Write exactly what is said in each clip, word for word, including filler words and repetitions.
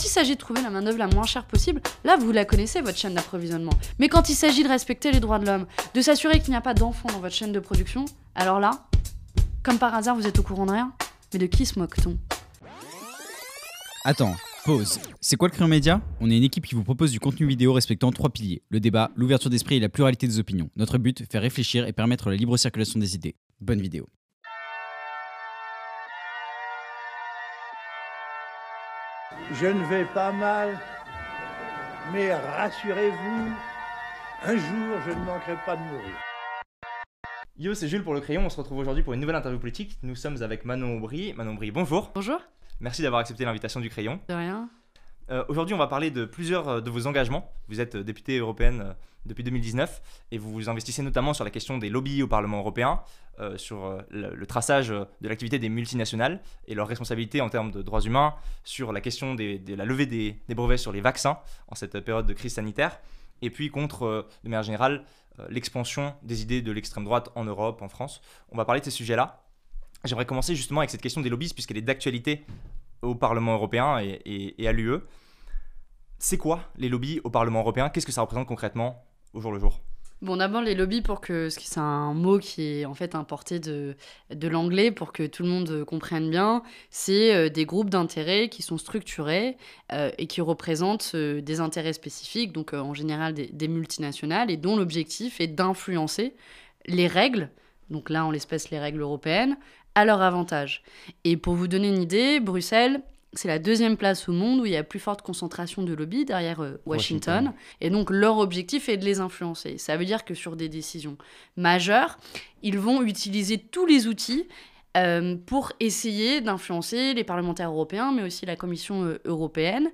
Quand il s'agit de trouver la main-d'œuvre la moins chère possible, là, vous la connaissez, votre chaîne d'approvisionnement. Mais quand il s'agit de respecter les droits de l'homme, de s'assurer qu'il n'y a pas d'enfants dans votre chaîne de production, alors là, comme par hasard, vous êtes au courant de rien. Mais de qui se moque-t-on ? Attends, pause. C'est quoi le Crayon Média ? On est une équipe qui vous propose du contenu vidéo respectant trois piliers. Le débat, l'ouverture d'esprit et la pluralité des opinions. Notre but, faire réfléchir et permettre la libre circulation des idées. Bonne vidéo. Je ne vais pas mal, mais rassurez-vous, un jour je ne manquerai pas de mourir. Yo, c'est Jules pour Le Crayon, on se retrouve aujourd'hui pour une nouvelle interview politique. Nous sommes avec Manon Aubry. Manon Aubry, bonjour. Bonjour. Merci d'avoir accepté l'invitation du Crayon. De rien. Euh, aujourd'hui, on va parler de plusieurs de vos engagements. Vous êtes députée européenne euh, depuis deux mille dix-neuf et vous vous investissez notamment sur la question des lobbies au Parlement européen, euh, sur euh, le, le traçage de l'activité des multinationales et leurs responsabilités en termes de droits humains, sur la question des, de la levée des, des brevets sur les vaccins en cette période de crise sanitaire, et puis contre, euh, de manière générale, euh, l'expansion des idées de l'extrême droite en Europe, en France. On va parler de ces sujets-là. J'aimerais commencer justement avec cette question des lobbies, puisqu'elle est d'actualité au Parlement européen et, et, et à l'U E. C'est quoi les lobbies au Parlement européen ? Qu'est-ce que ça représente concrètement au jour le jour ? Bon, d'abord, les lobbies, pour que, parce que c'est un mot qui est en fait importé de, de l'anglais pour que tout le monde comprenne bien, c'est euh, des groupes d'intérêts qui sont structurés euh, et qui représentent euh, des intérêts spécifiques, donc euh, en général des, des multinationales, et dont l'objectif est d'influencer les règles, donc là en l'espèce les règles européennes, à leur avantage. Et pour vous donner une idée, Bruxelles, c'est la deuxième place au monde où il y a plus forte concentration de lobbies derrière euh, Washington. Washington. Et donc, leur objectif est de les influencer. Ça veut dire que sur des décisions majeures, ils vont utiliser tous les outils euh, pour essayer d'influencer les parlementaires européens, mais aussi la Commission euh, européenne.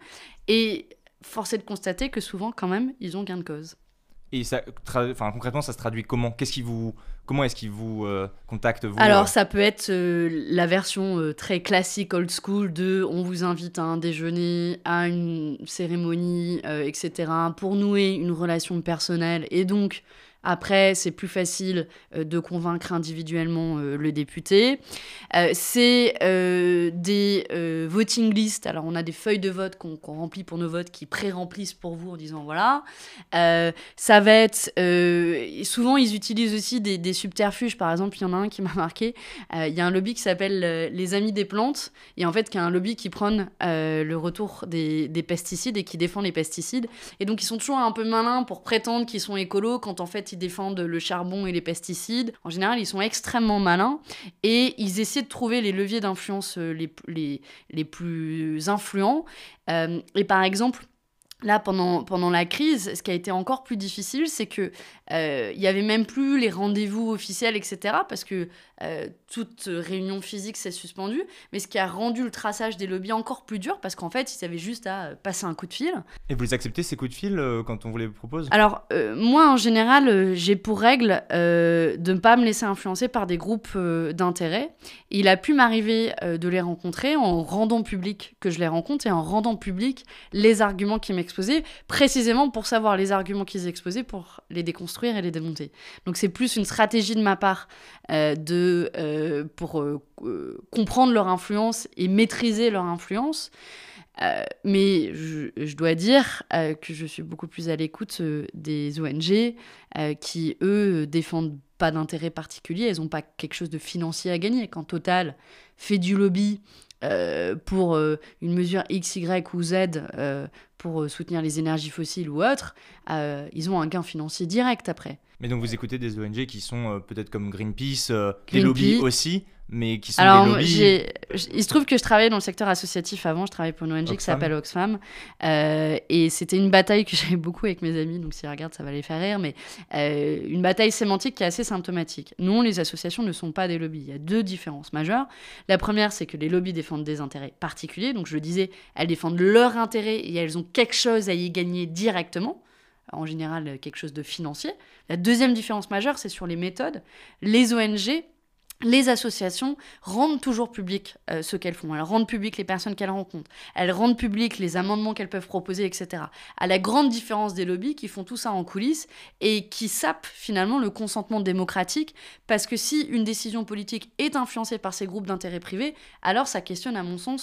Et force est de constater que souvent, quand même, ils ont gain de cause. Et ça, tra- enfin, concrètement, ça se traduit comment ? Qu'est-ce qui vous, comment est-ce qu'ils vous euh, contactent, vous ? Alors, euh... ça peut être euh, la version euh, très classique, old school, de on vous invite à un déjeuner, à une cérémonie, euh, et cetera, pour nouer une relation personnelle. Et donc, après, c'est plus facile euh, de convaincre individuellement euh, le député. Euh, c'est euh, des euh, voting lists. Alors, on a des feuilles de vote qu'on, qu'on remplit pour nos votes, qui pré-remplissent pour vous en disant voilà. Euh, ça va être... Euh, souvent, ils utilisent aussi des, des subterfuges. Par exemple, il y en a un qui m'a marqué. Il euh, y a un lobby qui s'appelle euh, les Amis des plantes. Et en fait, qui est un lobby qui prône euh, le retour des, des pesticides et qui défend les pesticides. Et donc, ils sont toujours un peu malins pour prétendre qu'ils sont écolos quand en fait, ils défendent le charbon et les pesticides. En général, ils sont extrêmement malins et ils essaient de trouver les leviers d'influence les, les, les plus influents. Euh, et par exemple, là, pendant, pendant la crise, ce qui a été encore plus difficile, c'est qu'il euh, n'y avait même plus les rendez-vous officiels, et cetera, parce que euh, toute réunion physique s'est suspendue, mais ce qui a rendu le traçage des lobbies encore plus dur, parce qu'en fait, ils avaient juste à passer un coup de fil. Et vous les acceptez, ces coups de fil, euh, quand on vous les propose ? Alors, euh, moi, en général, euh, j'ai pour règle euh, de ne pas me laisser influencer par des groupes euh, d'intérêt. Il a pu m'arriver euh, de les rencontrer en rendant public que je les rencontre et en rendant public les arguments qui m'exposaient, précisément pour savoir les arguments qu'ils exposaient, pour les déconstruire et les démonter. Donc, c'est plus une stratégie de ma part euh, de, euh, pour euh, euh, comprendre leur influence et maîtriser leur influence. Euh, mais je, je dois dire euh, que je suis beaucoup plus à l'écoute euh, des O N G euh, qui, eux, défendent pas d'intérêt particulier. Elles n'ont pas quelque chose de financier à gagner. Quand Total fait du lobby euh, pour euh, une mesure X, Y ou Z euh, pour euh, soutenir les énergies fossiles ou autres, euh, ils ont un gain financier direct après. Mais donc vous écoutez des O N G qui sont euh, peut-être comme Greenpeace, euh, Greenpeace. des lobbies aussi, mais qui sont Alors, des lobbies... j'ai, il se trouve que je travaillais dans le secteur associatif avant, je travaillais pour une O N G Oxfam. qui s'appelle Oxfam, euh, et c'était une bataille que j'avais beaucoup avec mes amis, donc s'ils regardent, ça va les faire rire, mais euh, une bataille sémantique qui est assez symptomatique. Non, les associations ne sont pas des lobbies. Il y a deux différences majeures. La première, c'est que les lobbies défendent des intérêts particuliers, donc je le disais, elles défendent leur intérêt et elles ont quelque chose à y gagner directement, en général quelque chose de financier. La deuxième différence majeure, c'est sur les méthodes. Les O N G, les associations rendent toujours public euh, ce qu'elles font. Elles rendent public les personnes qu'elles rencontrent. Elles rendent public les amendements qu'elles peuvent proposer, et cetera. À la grande différence des lobbies qui font tout ça en coulisses et qui sapent finalement le consentement démocratique, parce que si une décision politique est influencée par ces groupes d'intérêt privés, alors ça questionne à mon sens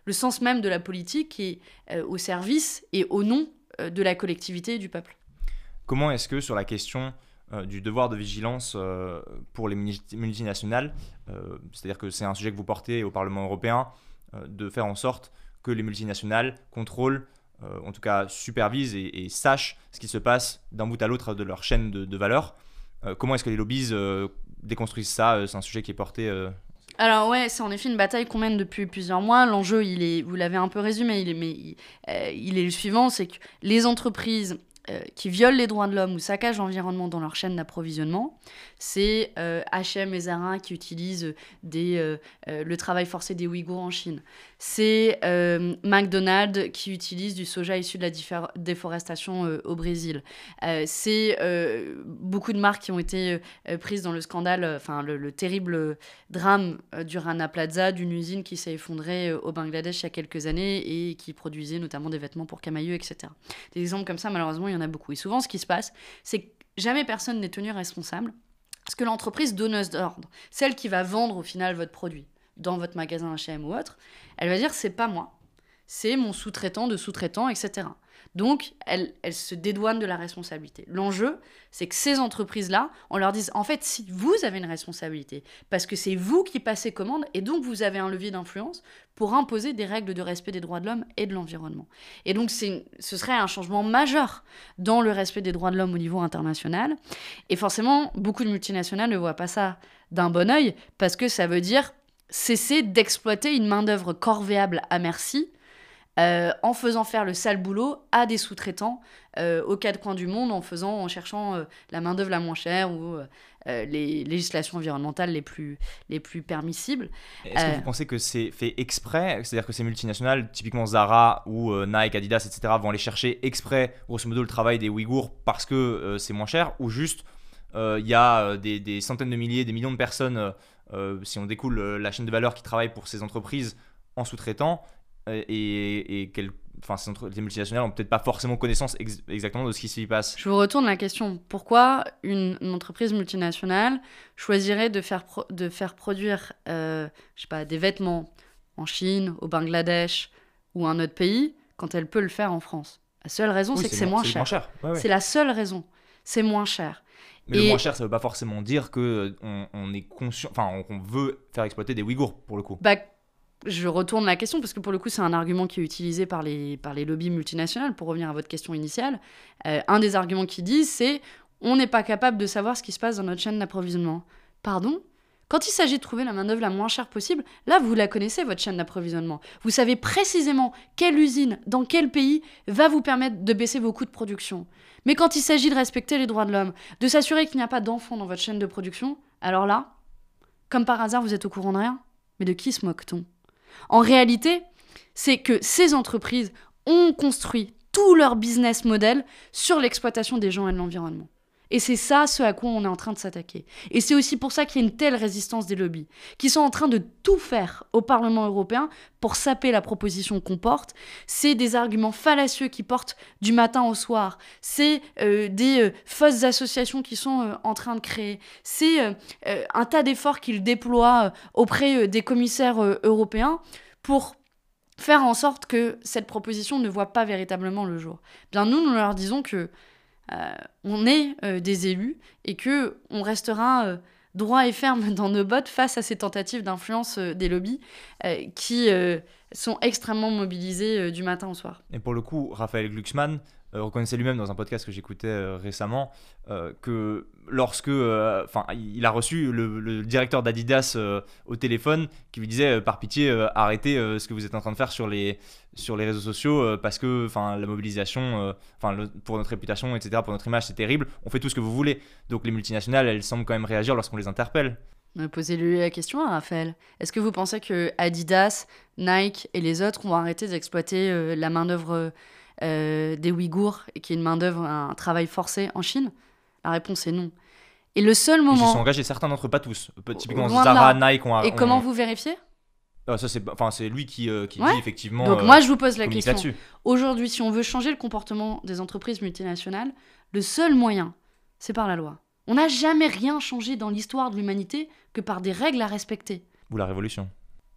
le sens même de la politique qui est euh, au service et au nom euh, de la collectivité et du peuple. Comment est-ce que sur la question euh, du devoir de vigilance euh, pour les multinationales, euh, c'est-à-dire que c'est un sujet que vous portez au Parlement européen, euh, de faire en sorte que les multinationales contrôlent, euh, en tout cas supervisent et, et sachent ce qui se passe d'un bout à l'autre de leur chaîne de, de valeur. Euh, comment est-ce que les lobbies euh, déconstruisent ça? euh, C'est un sujet qui est porté... Euh... Alors ouais, c'est en effet une bataille qu'on mène depuis plusieurs mois. L'enjeu, il est, vous l'avez un peu résumé, il est, mais il, euh, il est le suivant, c'est que les entreprises euh, qui violent les droits de l'homme ou saccagent l'environnement dans leur chaîne d'approvisionnement, c'est euh, H et M et Zara qui utilisent des, euh, euh, le travail forcé des Ouïghours en Chine. C'est euh, McDonald's qui utilise du soja issu de la diffé- déforestation euh, au Brésil. Euh, c'est euh, beaucoup de marques qui ont été euh, prises dans le scandale, enfin le, le terrible drame euh, du Rana Plaza, d'une usine qui s'est effondrée euh, au Bangladesh il y a quelques années et qui produisait notamment des vêtements pour Camailleux, et cetera. Des exemples comme ça, malheureusement, il y en a beaucoup. Et souvent, ce qui se passe, c'est que jamais personne n'est tenu responsable parce que l'entreprise donneuse d'ordre, celle qui va vendre au final votre produit dans votre magasin H et M ou autre, elle va dire c'est pas moi, c'est mon sous-traitant de sous-traitant, et cetera. Donc, elle, elle se dédouane de la responsabilité. L'enjeu, c'est que ces entreprises-là, on leur dise, en fait, si vous avez une responsabilité, parce que c'est vous qui passez commande, et donc vous avez un levier d'influence pour imposer des règles de respect des droits de l'homme et de l'environnement. Et donc, c'est une, ce serait un changement majeur dans le respect des droits de l'homme au niveau international. Et forcément, beaucoup de multinationales ne voient pas ça d'un bon œil, parce que ça veut dire cesser d'exploiter une main-d'œuvre corvéable à merci euh, en faisant faire le sale boulot à des sous-traitants euh, aux quatre coins du monde, en, faisant, en cherchant euh, la main-d'œuvre la moins chère ou euh, les législations environnementales les plus, les plus permissibles. Est-ce euh... que vous pensez que c'est fait exprès? C'est-à-dire que ces multinationales, typiquement Zara ou euh, Nike, Adidas, et cetera, vont aller chercher exprès, grosso modo, le travail des Ouïghours parce que euh, c'est moins cher, ou juste il euh, y a des, des centaines de milliers, des millions de personnes euh, Euh, si on découle euh, la chaîne de valeur qui travaille pour ces entreprises en sous-traitant euh, et, et quel, enfin, ces entre- les multinationales n'ont peut-être pas forcément connaissance ex- exactement de ce qui s'y passe. Je vous retourne la question. Pourquoi une, une entreprise multinationale choisirait de faire, pro- de faire produire euh, je sais pas, des vêtements en Chine, au Bangladesh ou un autre pays quand elle peut le faire en France? La seule raison, Oui, c'est, c'est que c'est moins, moins c'est cher. moins cher. Ouais, ouais. C'est la seule raison. C'est moins cher. Mais Et... le moins cher, ça ne veut pas forcément dire qu'on on est conscient, enfin, on, on veut faire exploiter des Ouïghours, pour le coup. Bah, je retourne la question, parce que pour le coup, c'est un argument qui est utilisé par les, par les lobbies multinationales, pour revenir à votre question initiale. Euh, un des arguments qu'ils disent, c'est « on n'est pas capable de savoir ce qui se passe dans notre chaîne d'approvisionnement ». Pardon ? Quand il s'agit de trouver la main-d'œuvre la moins chère possible, là, vous la connaissez, votre chaîne d'approvisionnement. Vous savez précisément quelle usine, dans quel pays, va vous permettre de baisser vos coûts de production. Mais quand il s'agit de respecter les droits de l'homme, de s'assurer qu'il n'y a pas d'enfants dans votre chaîne de production, alors là, comme par hasard, vous êtes au courant de rien. Mais de qui se moque-t-on ? En réalité, c'est que ces entreprises ont construit tout leur business model sur l'exploitation des gens et de l'environnement. Et c'est ça ce à quoi on est en train de s'attaquer. Et c'est aussi pour ça qu'il y a une telle résistance des lobbies, qui sont en train de tout faire au Parlement européen pour saper la proposition qu'on porte. C'est des arguments fallacieux qui portent du matin au soir. C'est euh, des euh, fausses associations qui sont euh, en train de créer. C'est euh, euh, un tas d'efforts qu'ils déploient euh, auprès euh, des commissaires euh, européens pour faire en sorte que cette proposition ne voit pas véritablement le jour. Bien, nous, nous leur disons que Euh, on est euh, des élus et que on restera euh, droit et ferme dans nos bottes face à ces tentatives d'influence euh, des lobbies euh, qui euh, sont extrêmement mobilisés euh, du matin au soir. Et pour le coup, Raphaël Glucksmann euh, reconnaissait lui-même dans un podcast que j'écoutais euh, récemment euh, que lorsque, enfin, euh, il a reçu le, le directeur d'Adidas euh, au téléphone qui lui disait euh, par pitié euh, arrêtez euh, ce que vous êtes en train de faire sur les sur les réseaux sociaux euh, parce que, enfin, la mobilisation, enfin, euh, pour notre réputation, et cetera, pour notre image, c'est terrible. On fait tout ce que vous voulez. Donc les multinationales, elles semblent quand même réagir lorsqu'on les interpelle. Posez-lui la question à Raphaël. Est-ce que vous pensez que Adidas, Nike et les autres vont arrêter d'exploiter euh, la main-d'œuvre euh, des Ouïghours, qui est une main-d'œuvre, un travail forcé en Chine ? La réponse est non. Et le seul moment... Ils se sont engagés, certains d'entre eux, pas tous. Typiquement, Loin de Zara, là. Nike ont... Et ont... comment vous vérifiez ? Ah, ça, c'est, enfin, c'est lui qui, euh, qui ouais. dit effectivement... Donc euh, moi, je vous pose la communique question. là-dessus. Aujourd'hui, si on veut changer le comportement des entreprises multinationales, le seul moyen, c'est par la loi. On n'a jamais rien changé dans l'histoire de l'humanité que par des règles à respecter. Ou la révolution.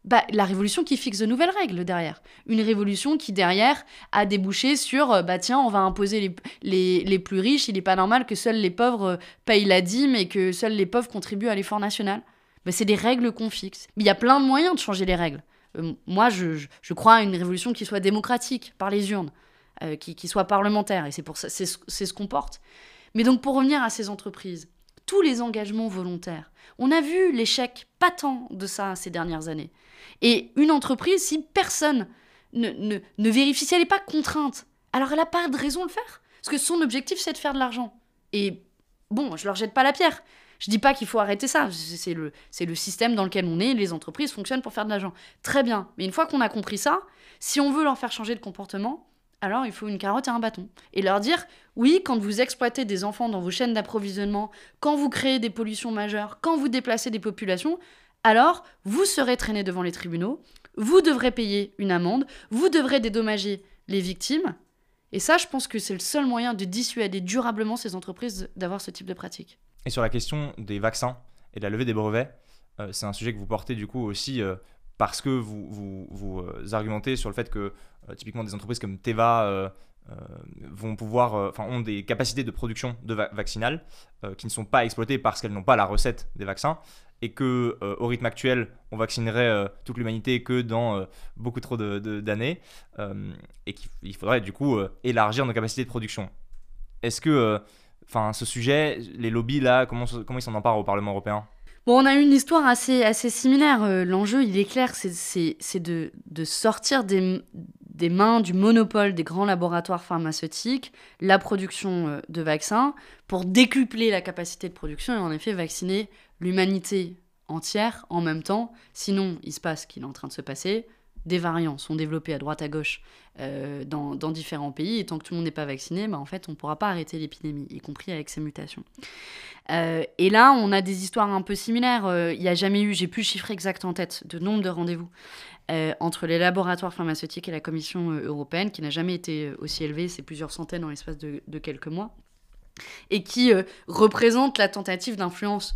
bah, la révolution qui fixe de nouvelles règles derrière. Une révolution qui, derrière, a débouché sur euh, bah tiens, on va imposer les, les, les plus riches, il n'est pas normal que seuls les pauvres euh, payent la dîme et que seuls les pauvres contribuent à l'effort national. Bah, c'est des règles qu'on fixe. Mais il y a plein de moyens de changer les règles. Euh, moi, je, je, je crois à une révolution qui soit démocratique, par les urnes, euh, qui, qui soit parlementaire, et c'est, pour ça, c'est, c'est ce qu'on porte. Mais donc, pour revenir à ces entreprises, tous les engagements volontaires, on a vu l'échec patent de ça ces dernières années. Et une entreprise, si personne ne, ne, ne vérifie, si elle n'est pas contrainte, alors elle n'a pas de raison de le faire. Parce que son objectif, c'est de faire de l'argent. Et bon, je leur jette pas la pierre. Je dis pas qu'il faut arrêter ça. C'est le, c'est le système dans lequel on est. Les entreprises fonctionnent pour faire de l'argent. Très bien. Mais une fois qu'on a compris ça, si on veut leur faire changer de comportement, alors il faut une carotte et un bâton. Et leur dire, oui, quand vous exploitez des enfants dans vos chaînes d'approvisionnement, quand vous créez des pollutions majeures, quand vous déplacez des populations, alors vous serez traîné devant les tribunaux, vous devrez payer une amende, vous devrez dédommager les victimes. Et ça, je pense que c'est le seul moyen de dissuader durablement ces entreprises d'avoir ce type de pratique. Et sur la question des vaccins et de la levée des brevets, euh, c'est un sujet que vous portez du coup aussi euh, parce que vous, vous, vous euh, argumentez sur le fait que euh, typiquement des entreprises comme Teva euh, euh, vont pouvoir, enfin euh, ont des capacités de production de va- vaccinales euh, qui ne sont pas exploitées parce qu'elles n'ont pas la recette des vaccins, et que euh, au rythme actuel, on vaccinerait euh, toute l'humanité que dans euh, beaucoup trop de, de, d'années, euh, et qu'il faudrait du coup euh, élargir nos capacités de production. Est-ce que, enfin, euh, ce sujet, les lobbies là, comment, comment ils s'en emparent au Parlement européen ? Bon, on a eu une histoire assez, assez similaire. Euh, l'enjeu, il est clair, c'est, c'est, c'est de, de sortir des, des mains du monopole des grands laboratoires pharmaceutiques la production euh, de vaccins pour décupler la capacité de production et en effet vacciner l'humanité entière en même temps. Sinon, il se passe ce qu'il est en train de se passer. Des variants sont développés à droite à gauche euh, dans, dans différents pays, et tant que tout le monde n'est pas vacciné, bah, en fait, on ne pourra pas arrêter l'épidémie, y compris avec ces mutations. Euh, et là, on a des histoires un peu similaires. Euh, il n'y a jamais eu, j'ai plus le chiffre exact en tête, de nombre de rendez-vous euh, entre les laboratoires pharmaceutiques et la Commission euh, européenne, qui n'a jamais été aussi élevé, c'est plusieurs centaines en l'espace de, de quelques mois, et qui euh, représente la tentative d'influence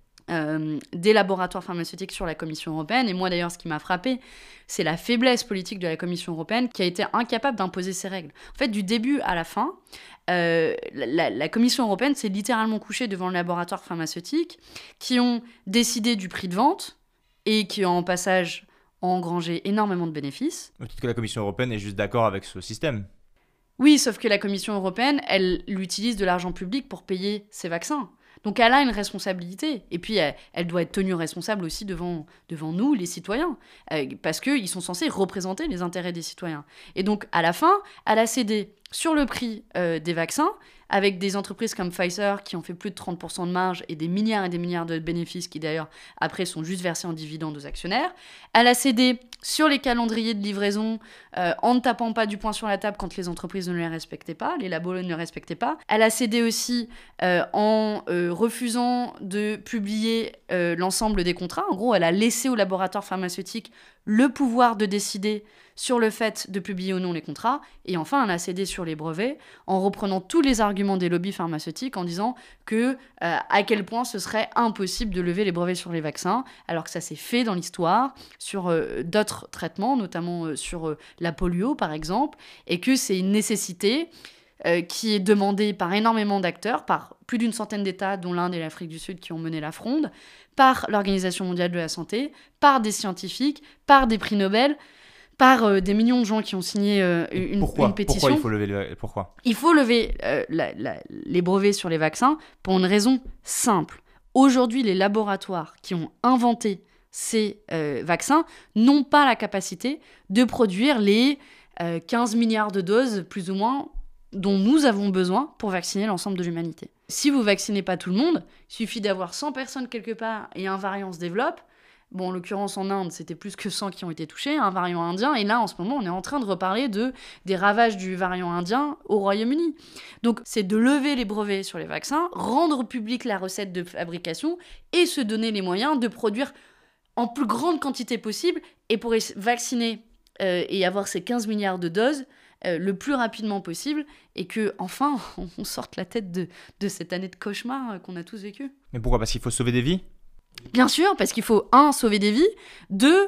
Euh, des laboratoires pharmaceutiques sur la Commission européenne. Et moi d'ailleurs, ce qui m'a frappé, c'est la faiblesse politique de la Commission européenne qui a été incapable d'imposer ses règles. En fait, du début à la fin, euh, la, la Commission européenne s'est littéralement couchée devant le laboratoire pharmaceutique qui ont décidé du prix de vente et qui ont en passage engrangé énormément de bénéfices. Peut-être que la Commission européenne est juste d'accord avec ce système. Oui, sauf que la Commission européenne, elle utilise de l'argent public pour payer ses vaccins. Donc elle a une responsabilité. Et puis elle, elle doit être tenue responsable aussi devant, devant nous, les citoyens, euh, parce qu'ils sont censés représenter les intérêts des citoyens. Et donc à la fin, elle a cédé sur le prix euh, des vaccins, avec des entreprises comme Pfizer qui ont fait plus de trente pour cent de marge et des milliards et des milliards de bénéfices qui d'ailleurs après sont juste versés en dividendes aux actionnaire. Elle a cédé sur les calendriers de livraison euh, en ne tapant pas du poing sur la table quand les entreprises ne les respectaient pas, les labos ne les respectaient pas. Elle a cédé aussi euh, en euh, refusant de publier euh, l'ensemble des contrats. En gros, elle a laissé aux laboratoires pharmaceutiques le pouvoir de décider sur le fait de publier ou non les contrats. Et enfin, elle a cédé sur les brevets en reprenant tous les arguments des lobbies pharmaceutiques en disant que euh, à quel point ce serait impossible de lever les brevets sur les vaccins, alors que ça s'est fait dans l'histoire sur euh, d'autres traitements, notamment euh, sur euh, la polio par exemple, et que c'est une nécessité euh, qui est demandée par énormément d'acteurs, par plus d'une centaine d'États, dont l'Inde et l'Afrique du Sud qui ont mené la fronde, par l'Organisation mondiale de la santé, par des scientifiques, par des prix Nobel, par euh, des millions de gens qui ont signé euh, une, pourquoi une pétition. Pourquoi il faut lever le... Pourquoi Il faut lever euh, la, la, les brevets sur les vaccins pour une raison simple. Aujourd'hui, les laboratoires qui ont inventé ces euh, vaccins n'ont pas la capacité de produire les euh, quinze milliards de doses, plus ou moins, dont nous avons besoin pour vacciner l'ensemble de l'humanité. Si vous vaccinez pas tout le monde, il suffit d'avoir cent personnes quelque part et un variant se développe. Bon, en l'occurrence, en Inde, c'était plus que cent qui ont été touchés, un variant indien. Et là, en ce moment, on est en train de reparler de, des ravages du variant indien au Royaume-Uni. Donc, c'est de lever les brevets sur les vaccins, rendre publique la recette de fabrication et se donner les moyens de produire en plus grande quantité possible et pour vacciner euh, et avoir ces quinze milliards de doses euh, le plus rapidement possible et que, enfin, on sorte la tête de, de cette année de cauchemar qu'on a tous vécu. Mais pourquoi ? Parce qu'il faut sauver des vies ? Bien sûr, parce qu'il faut, un, sauver des vies, deux,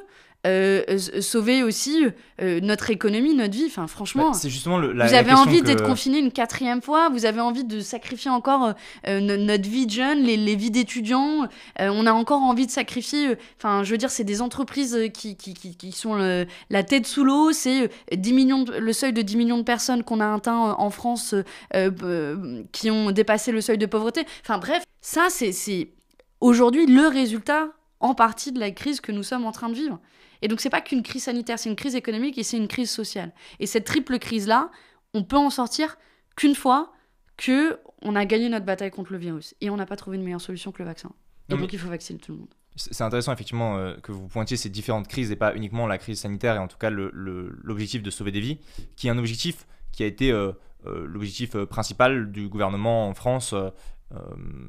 euh, sauver aussi euh, notre économie, notre vie. Enfin, franchement, bah, c'est justement le, la, vous la avez question envie que... d'être confiné une quatrième fois, vous avez envie de sacrifier encore euh, no- notre vie de jeune, les, les vies d'étudiants. Euh, on a encore envie de sacrifier. Enfin, euh, je veux dire, c'est des entreprises qui, qui, qui, qui sont le, la tête sous l'eau. C'est euh, dix millions de, le seuil de dix millions de personnes qu'on a atteint en France euh, euh, qui ont dépassé le seuil de pauvreté. Enfin, bref, ça, c'est, c'est aujourd'hui le résultat en partie de la crise que nous sommes en train de vivre. Et donc, c'est pas qu'une crise sanitaire, c'est une crise économique et c'est une crise sociale. Et cette triple crise-là, on peut en sortir qu'une fois qu'on a gagné notre bataille contre le virus. Et on n'a pas trouvé une meilleure solution que le vaccin. Et Non, donc, mais... il faut vacciner tout le monde. C'est intéressant effectivement euh, que vous pointiez ces différentes crises et pas uniquement la crise sanitaire et en tout cas le, le, l'objectif de sauver des vies, qui est un objectif qui a été euh, euh, l'objectif principal du gouvernement en France, euh, euh,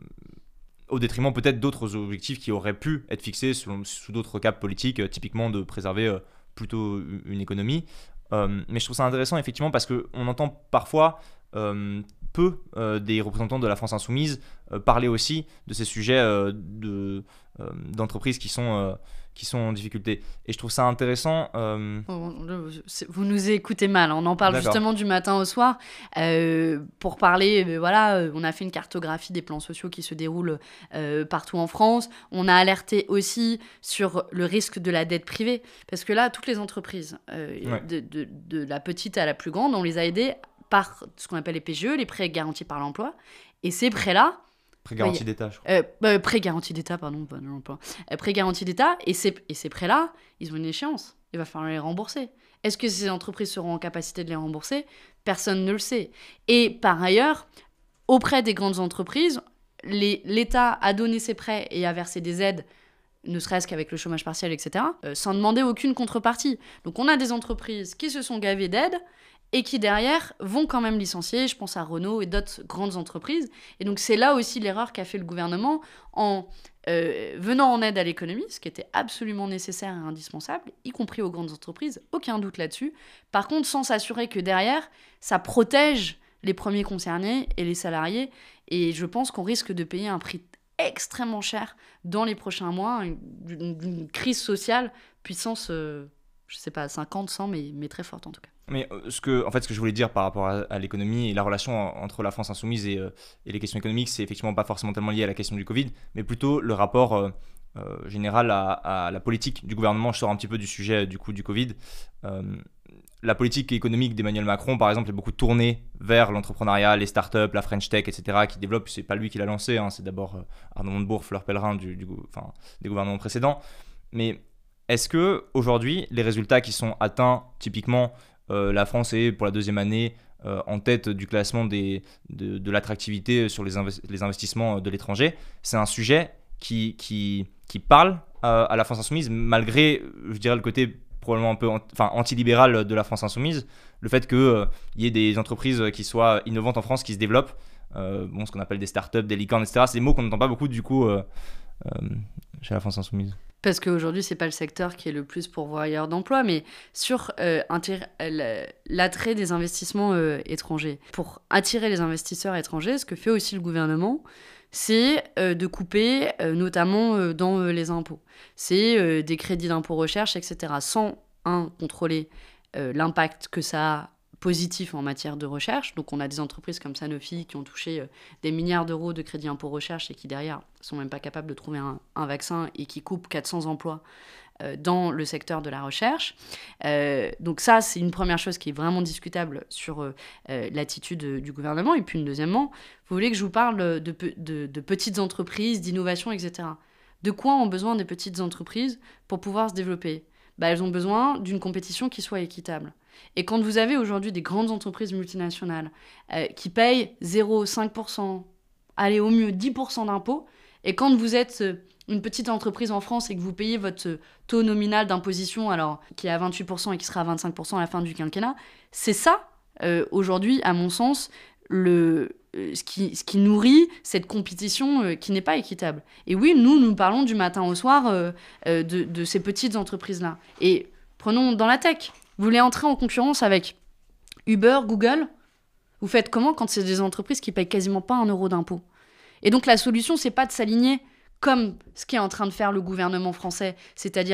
au détriment peut-être d'autres objectifs qui auraient pu être fixés sous, sous d'autres caps politiques, euh, typiquement de préserver euh, plutôt une économie. Euh, mais je trouve ça intéressant effectivement parce qu'on entend parfois euh, peu euh, des représentants de la France insoumise euh, parler aussi de ces sujets euh, de, euh, d'entreprises qui sont, euh, qui sont en difficulté. Et je trouve ça intéressant. Euh... Oh, vous nous écoutez mal, on en parle D'accord. justement du matin au soir. Euh, pour parler, euh, voilà, euh, on a fait une cartographie des plans sociaux qui se déroulent euh, partout en France. On a alerté aussi sur le risque de la dette privée. Parce que là, toutes les entreprises, euh, Ouais. de, de, de la petite à la plus grande, on les a aidées par ce qu'on appelle les P G E, les prêts garantis par l'emploi. Et ces prêts-là, Prêt garantie Oui. d'État, je crois. Euh, bah, prêt garantie d'État, pardon, pas de l'emploi. Euh, prêt garantie d'État, et ces, et ces prêts-là, ils ont une échéance. Il va falloir les rembourser. Est-ce que ces entreprises seront en capacité de les rembourser ? Personne ne le sait. Et par ailleurs, auprès des grandes entreprises, les, l'État a donné ses prêts et a versé des aides, ne serait-ce qu'avec le chômage partiel, et cetera, euh, sans demander aucune contrepartie. Donc on a des entreprises qui se sont gavées d'aides, et qui derrière vont quand même licencier, je pense à Renault et d'autres grandes entreprises. Et donc c'est là aussi l'erreur qu'a fait le gouvernement en euh, venant en aide à l'économie, ce qui était absolument nécessaire et indispensable, y compris aux grandes entreprises, aucun doute là-dessus. Par contre, sans s'assurer que derrière, ça protège les premiers concernés et les salariés. Et je pense qu'on risque de payer un prix extrêmement cher dans les prochains mois, une, une crise sociale puissance, euh, je sais pas, cinquante, cent, mais, mais très forte en tout cas. Mais euh, ce que, en fait, ce que je voulais dire par rapport à, à l'économie et la relation en- entre la France insoumise et, euh, et les questions économiques, c'est effectivement pas forcément tellement lié à la question du Covid, mais plutôt le rapport euh, euh, général à, à la politique du gouvernement. Je sors un petit peu du sujet du coup du Covid. Euh, la politique économique d'Emmanuel Macron, par exemple, est beaucoup tournée vers l'entrepreneuriat, les startups, la French Tech, et cetera, qui développent. C'est pas lui qui l'a lancé, hein, c'est d'abord euh, Arnaud Montebourg, Fleur Pellerin du, du, gou- enfin, des gouvernements précédents. Mais est-ce que aujourd'hui, les résultats qui sont atteints, typiquement, euh, la France est pour la deuxième année euh, en tête du classement des, de, de l'attractivité sur les, inves- les investissements de l'étranger, c'est un sujet qui, qui, qui parle à, à la France insoumise, malgré, je dirais, le côté probablement un peu an- enfin, antilibéral de la France insoumise, le fait qu'il euh, y ait des entreprises qui soient innovantes en France, qui se développent, euh, bon, ce qu'on appelle des startups, des licornes, et cetera. C'est des mots qu'on n'entend pas beaucoup du coup euh, euh, chez la France insoumise. Parce qu'aujourd'hui, c'est pas le secteur qui est le plus pourvoyeur d'emplois, mais sur euh, intér- euh, l'attrait des investissements euh, étrangers. Pour attirer les investisseurs étrangers, ce que fait aussi le gouvernement, c'est euh, de couper, euh, notamment euh, dans euh, les impôts. C'est euh, des crédits d'impôt recherche, et cetera. Sans, un, contrôler euh, l'impact que ça a positif en matière de recherche. Donc on a des entreprises comme Sanofi qui ont touché euh, des milliards d'euros de crédit impôt recherche et qui derrière sont même pas capables de trouver un, un vaccin et qui coupent quatre cents emplois euh, dans le secteur de la recherche. Euh, donc ça, c'est une première chose qui est vraiment discutable sur euh, euh, l'attitude euh, du gouvernement. Et puis, deuxièmement, vous voulez que je vous parle de, pe- de, de petites entreprises, d'innovation, et cetera. De quoi ont besoin des petites entreprises pour pouvoir se développer ? Bah, elles ont besoin d'une compétition qui soit équitable. Et quand vous avez aujourd'hui des grandes entreprises multinationales euh, qui payent zéro virgule cinq pour cent, allez au mieux dix pour cent d'impôts, et quand vous êtes euh, une petite entreprise en France et que vous payez votre euh, taux nominal d'imposition, alors qui est à vingt-huit pour cent et qui sera à vingt-cinq pour cent à la fin du quinquennat, c'est ça, euh, aujourd'hui, à mon sens, le, euh, ce, qui, ce qui nourrit cette compétition euh, qui n'est pas équitable. Et oui, nous, nous parlons du matin au soir euh, euh, de, de ces petites entreprises-là. Et prenons dans la tech. Vous voulez entrer en concurrence avec Uber, Google ? Vous faites comment quand c'est des entreprises qui payent quasiment pas un euro d'impôt ? Et donc la solution, c'est pas de s'aligner comme ce qu'est en train de faire le gouvernement français, c'est-à-dire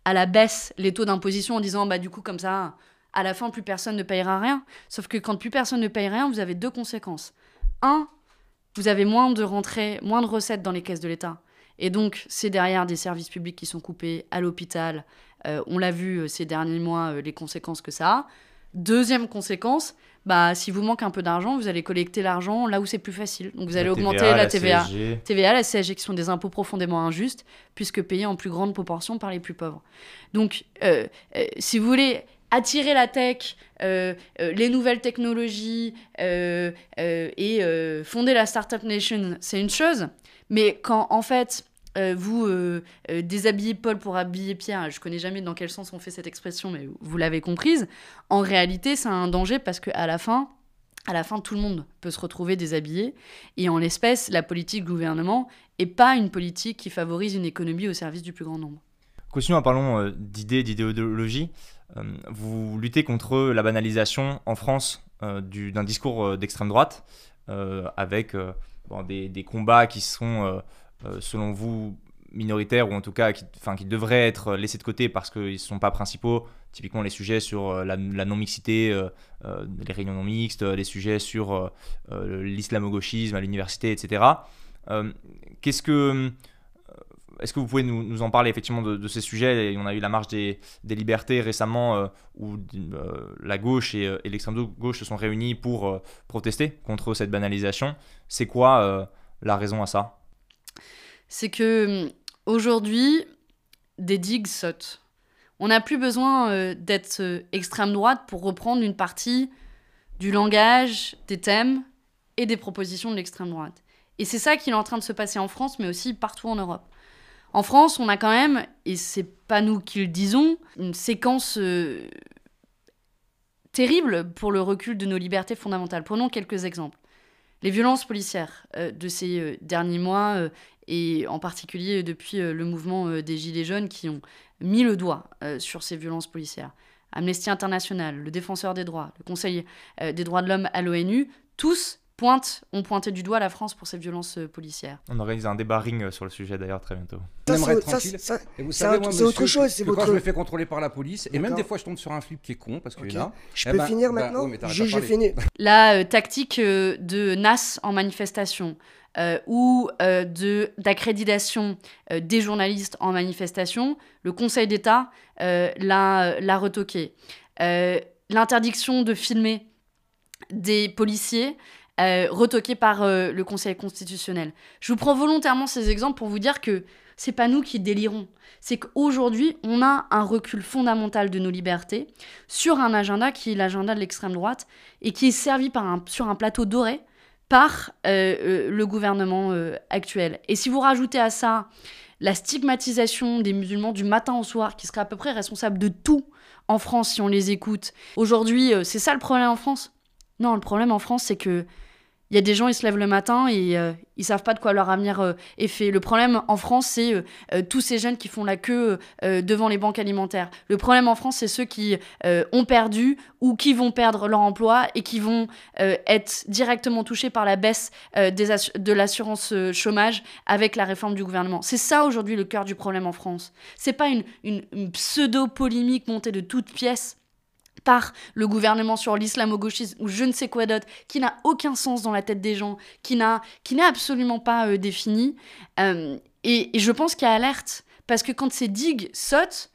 à la baisse les taux d'imposition en disant bah du coup comme ça à la fin plus personne ne payera rien. Sauf que quand plus personne ne paye rien, vous avez deux conséquences. Un, vous avez moins de rentrées, moins de recettes dans les caisses de l'État. Et donc c'est derrière des services publics qui sont coupés à l'hôpital. Euh, on l'a vu euh, ces derniers mois, euh, les conséquences que ça a. Deuxième conséquence, bah, si vous manque un peu d'argent, vous allez collecter l'argent là où c'est plus facile. Donc vous allez La augmenter T V A, la la T V A. C S G. T V A, la C S G, qui sont des impôts profondément injustes, puisque payés en plus grande proportion par les plus pauvres. Donc, euh, euh, si vous voulez attirer la tech, euh, euh, les nouvelles technologies euh, euh, et euh, fonder la Startup Nation, c'est une chose. Mais quand, en fait... Euh, vous euh, euh, déshabillez Paul pour habiller Pierre, je connais jamais dans quel sens on fait cette expression, mais vous l'avez comprise, en réalité c'est un danger parce qu'à la fin, à la fin tout le monde peut se retrouver déshabillé, et en l'espèce la politique du gouvernement n'est pas une politique qui favorise une économie au service du plus grand nombre. Continuons, parlons euh, d'idées, d'idéologie. Euh, vous luttez contre la banalisation en France euh, du, d'un discours euh, d'extrême droite euh, avec euh, bon, des, des combats qui sont... Euh, Euh, selon vous, minoritaires, ou en tout cas qui, enfin, qui devraient être laissés de côté parce qu'ils ne sont pas principaux, typiquement les sujets sur euh, la, la non-mixité, euh, euh, les réunions non-mixtes, les sujets sur euh, euh, l'islamo-gauchisme à l'université, et cetera. Euh, qu'est-ce que, est-ce que vous pouvez nous, nous en parler effectivement de, de ces sujets? Et on a eu la marche des, des libertés récemment euh, où euh, la gauche et, et l'extrême gauche se sont réunis pour euh, protester contre cette banalisation. C'est quoi euh, la raison à ça? C'est que aujourd'hui, des digues sautent. On n'a plus besoin euh, d'être euh, extrême droite pour reprendre une partie du langage, des thèmes et des propositions de l'extrême droite. Et c'est ça qui est en train de se passer en France, mais aussi partout en Europe. En France, on a quand même, et c'est pas nous qui le disons, une séquence euh, terrible pour le recul de nos libertés fondamentales. Prenons quelques exemples. Les violences policières euh, de ces euh, derniers mois, euh, et en particulier depuis euh, le mouvement euh, des Gilets jaunes qui ont mis le doigt euh, sur ces violences policières. Amnesty International, le Défenseur des droits, le Conseil euh, des droits de l'homme à l'ONU, tous pointent, ont pointé du doigt la France pour ces violences euh, policières. On organise un débat ring sur le sujet d'ailleurs très bientôt. Ça, On aimerait être ça, tranquille. ça, Et vous c'est savez, un- moi, c'est autre monsieur, chose, c'est que votre- quand je me fais contrôler par la police, et même D'accord. des fois je tombe sur un flip qui est con, parce que Ok. là... Je eh peux ben, finir bah, maintenant ouais, mais t'arrêtes J'ai pas de j'ai parler. fini. La euh, tactique euh, de N A S en manifestation euh, ou euh, de, d'accréditation euh, des journalistes en manifestation, le Conseil d'État euh, l'a, l'a retoqué. Euh, l'interdiction de filmer des policiers euh, retoquée par euh, le Conseil constitutionnel. Je vous prends volontairement ces exemples pour vous dire que c'est pas nous qui délirons. C'est qu'aujourd'hui, on a un recul fondamental de nos libertés sur un agenda qui est l'agenda de l'extrême droite et qui est servi par un, sur un plateau doré par euh, euh, le gouvernement euh, actuel. Et si vous rajoutez à ça la stigmatisation des musulmans du matin au soir, qui serait à peu près responsable de tout en France si on les écoute. Aujourd'hui, euh, c'est ça le problème en France? Non, le problème en France, c'est que il y a des gens, ils se lèvent le matin et euh, ils savent pas de quoi leur avenir euh, est fait. Le problème en France, c'est euh, euh, tous ces jeunes qui font la queue euh, devant les banques alimentaires. Le problème en France, c'est ceux qui euh, ont perdu ou qui vont perdre leur emploi et qui vont euh, être directement touchés par la baisse euh, des assu- de l'assurance euh, chômage avec la réforme du gouvernement. C'est ça aujourd'hui le cœur du problème en France. C'est pas une, une, une pseudo-polémique montée de toutes pièces par le gouvernement sur l'islamo-gauchisme ou je ne sais quoi d'autre, qui n'a aucun sens dans la tête des gens, qui, n'a, qui n'est absolument pas euh, défini. Euh, et, et je pense qu'il y a alerte, parce que quand ces digues sautent,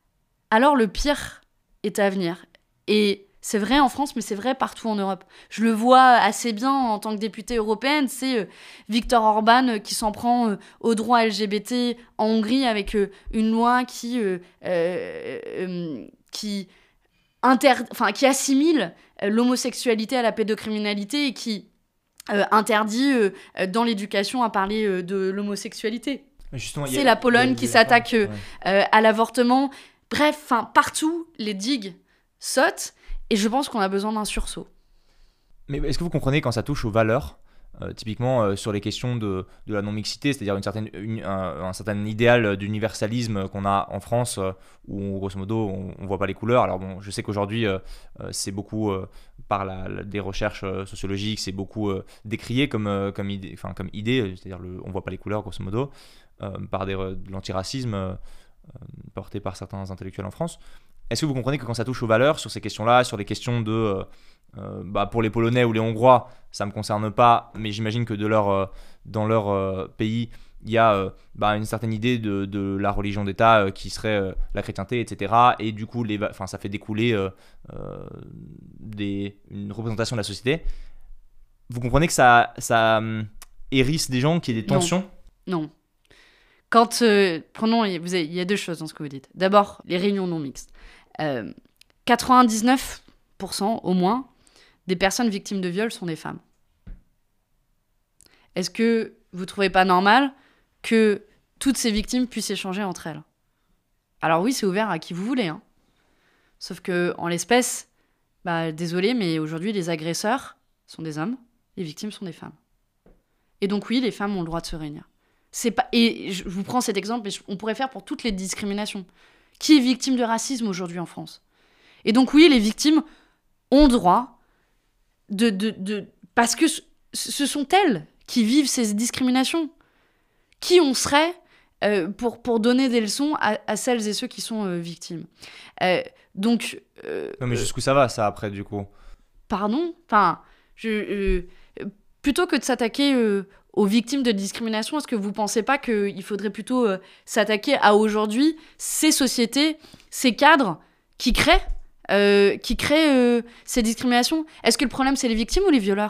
alors le pire est à venir. Et c'est vrai en France, mais c'est vrai partout en Europe. Je le vois assez bien en tant que députée européenne, c'est euh, Viktor Orban euh, qui s'en prend euh, aux droits L G B T en Hongrie avec euh, une loi qui... Euh, euh, euh, qui Inter... enfin, qui assimile euh, l'homosexualité à la pédocriminalité et qui euh, interdit euh, euh, dans l'éducation à parler euh, de l'homosexualité. Justement, il y C'est a- la il y a Pologne eu qui des s'attaque euh, réformes. euh, à l'avortement. Bref, enfin, partout, les digues sautent et je pense qu'on a besoin d'un sursaut. Mais est-ce que vous comprenez quand ça touche aux valeurs, euh, typiquement euh, sur les questions de, de la non-mixité, c'est-à-dire une certaine, une- un, un certain idéal d'universalisme qu'on a en France, euh, où grosso modo on ne voit pas les couleurs. Alors bon, je sais qu'aujourd'hui euh, euh, c'est beaucoup, euh, par la, la- des recherches euh, sociologiques, c'est beaucoup euh, décrié comme, euh, comme idée, enfin, comme idée, c'est-à-dire le, on ne voit pas les couleurs grosso modo, euh, par des, re- de l'antiracisme. euh, portée par certains intellectuels en France. Est-ce que vous comprenez que quand ça touche aux valeurs, sur ces questions-là, sur les questions de... Euh, euh, bah, pour les Polonais ou les Hongrois, ça ne me concerne pas, mais j'imagine que de leur, euh, dans leur euh, pays, il y a euh, bah, une certaine idée de, de la religion d'État euh, qui serait euh, la chrétienté, et cetera. Et du coup, les, ça fait découler euh, euh, des, une représentation de la société. Vous comprenez que ça, ça euh, hérisse des gens, qu'il y ait des tensions ? Non. non. Quand, euh, prenons, vous avez, il y a deux choses dans ce que vous dites. D'abord, les réunions non mixtes. Euh, quatre-vingt-dix-neuf pour cent au moins des personnes victimes de viol sont des femmes. Est-ce que vous ne trouvez pas normal que toutes ces victimes puissent échanger entre elles ? Alors oui, c'est ouvert à qui vous voulez. Hein. Sauf qu'en l'espèce, bah, désolé, mais aujourd'hui, les agresseurs sont des hommes, les victimes sont des femmes. Et donc oui, les femmes ont le droit de se réunir. C'est pas... Et je vous prends cet exemple, mais on pourrait faire pour toutes les discriminations. Qui est victime de racisme aujourd'hui en France ? Et donc oui, les victimes ont le droit de... de, de... Parce que ce sont elles qui vivent ces discriminations. Qui on serait euh, pour, pour donner des leçons à, à celles et ceux qui sont euh, victimes. Euh, donc... Euh, non mais jusqu'où ça va, ça, après, du coup ? Pardon ? Enfin, je, euh, plutôt que de s'attaquer euh, aux victimes de discrimination, est-ce que vous ne pensez pas qu'il faudrait plutôt euh, s'attaquer à aujourd'hui ces sociétés, ces cadres qui créent, euh, qui créent euh, ces discriminations ? Est-ce que le problème, c'est les victimes ou les violeurs ?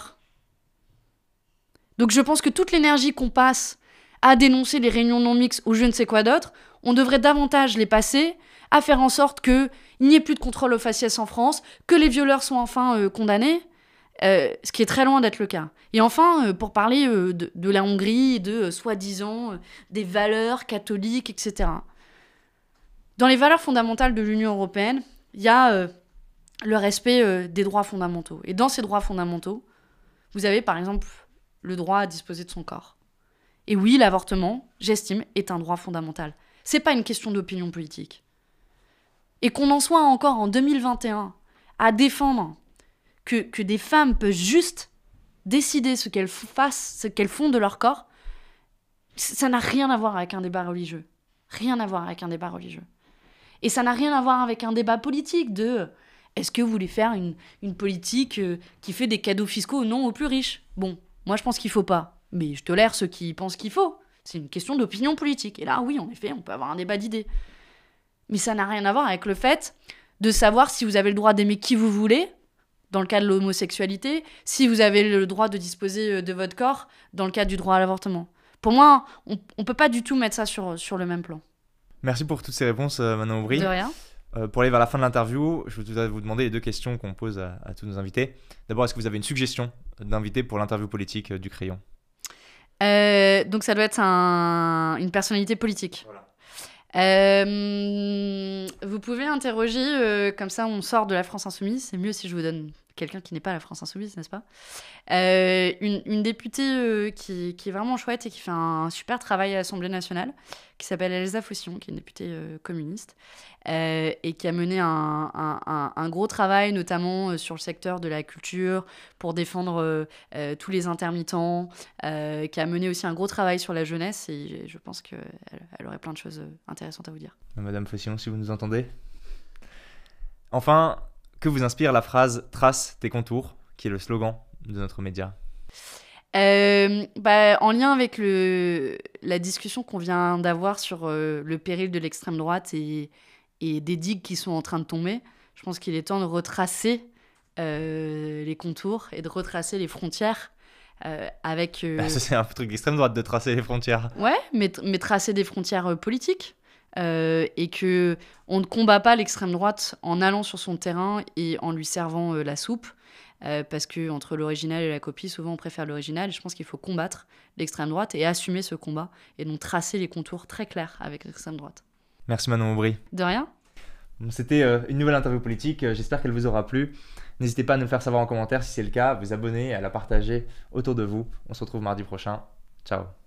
Donc je pense que toute l'énergie qu'on passe à dénoncer les réunions non mixtes ou je ne sais quoi d'autre, on devrait davantage les passer à faire en sorte qu'il n'y ait plus de contrôle aux faciès en France, que les violeurs soient enfin euh, condamnés, euh, ce qui est très loin d'être le cas. Et enfin, euh, pour parler euh, de, de la Hongrie, de euh, soi-disant euh, des valeurs catholiques, et cetera. Dans les valeurs fondamentales de l'Union européenne, il y a euh, le respect euh, des droits fondamentaux. Et dans ces droits fondamentaux, vous avez par exemple le droit à disposer de son corps. Et oui, l'avortement, j'estime, est un droit fondamental. C'est pas une question d'opinion politique. Et qu'on en soit encore en deux mille vingt et un à défendre que, que des femmes peuvent juste décider ce qu'elles fassent, ce qu'elles font de leur corps, ça n'a rien à voir avec un débat religieux. Rien à voir avec un débat religieux. Et ça n'a rien à voir avec un débat politique de est-ce que vous voulez faire une, une politique euh, qui fait des cadeaux fiscaux ou non aux plus riches ? Bon, moi je pense qu'il faut pas. Mais je tolère ceux qui pensent qu'il faut. C'est une question d'opinion politique. Et là, oui, en effet, on peut avoir un débat d'idées. Mais ça n'a rien à voir avec le fait de savoir si vous avez le droit d'aimer qui vous voulez, dans le cas de l'homosexualité, si vous avez le droit de disposer de votre corps, dans le cadre du droit à l'avortement. Pour moi, on ne peut pas du tout mettre ça sur, sur le même plan. Merci pour toutes ces réponses, euh, Manon Aubry. De rien. Euh, pour aller vers la fin de l'interview, je voudrais vous demander les deux questions qu'on pose à, à tous nos invités. D'abord, est-ce que vous avez une suggestion d'invité pour l'interview politique euh, du Crayon ? Euh, donc ça doit être un, une personnalité politique. Voilà. Euh, vous pouvez interroger, euh, comme ça on sort de la France Insoumise, c'est mieux si je vous donne quelqu'un qui n'est pas la France Insoumise, n'est-ce pas ? euh, une, une députée euh, qui, qui est vraiment chouette et qui fait un, un super travail à l'Assemblée nationale, qui s'appelle Elsa Faucillon, qui est une députée euh, communiste, euh, et qui a mené un, un, un, un gros travail, notamment euh, sur le secteur de la culture, pour défendre euh, euh, tous les intermittents, euh, qui a mené aussi un gros travail sur la jeunesse, et je pense qu'elle elle aurait plein de choses intéressantes à vous dire. Madame Faucillon, si vous nous entendez. Enfin, que vous inspire la phrase « Trace tes contours », qui est le slogan de notre média ? Euh, bah, en lien avec le, la discussion qu'on vient d'avoir sur euh, le péril de l'extrême droite et, et des digues qui sont en train de tomber, je pense qu'il est temps de retracer euh, les contours et de retracer les frontières euh, avec... Euh... Bah, ça, c'est un truc d'extrême droite de tracer les frontières. Ouais, mais, mais tracer des frontières euh, politiques. Euh, et que on ne combat pas l'extrême droite en allant sur son terrain et en lui servant euh, la soupe, euh, parce que entre l'original et la copie, souvent on préfère l'original. Et je pense qu'il faut combattre l'extrême droite et assumer ce combat et donc tracer les contours très clairs avec l'extrême droite. Merci Manon Aubry. De rien. C'était euh, une nouvelle interview politique. J'espère qu'elle vous aura plu. N'hésitez pas à nous le faire savoir en commentaire si c'est le cas, à vous abonner, à la partager autour de vous. On se retrouve mardi prochain. Ciao.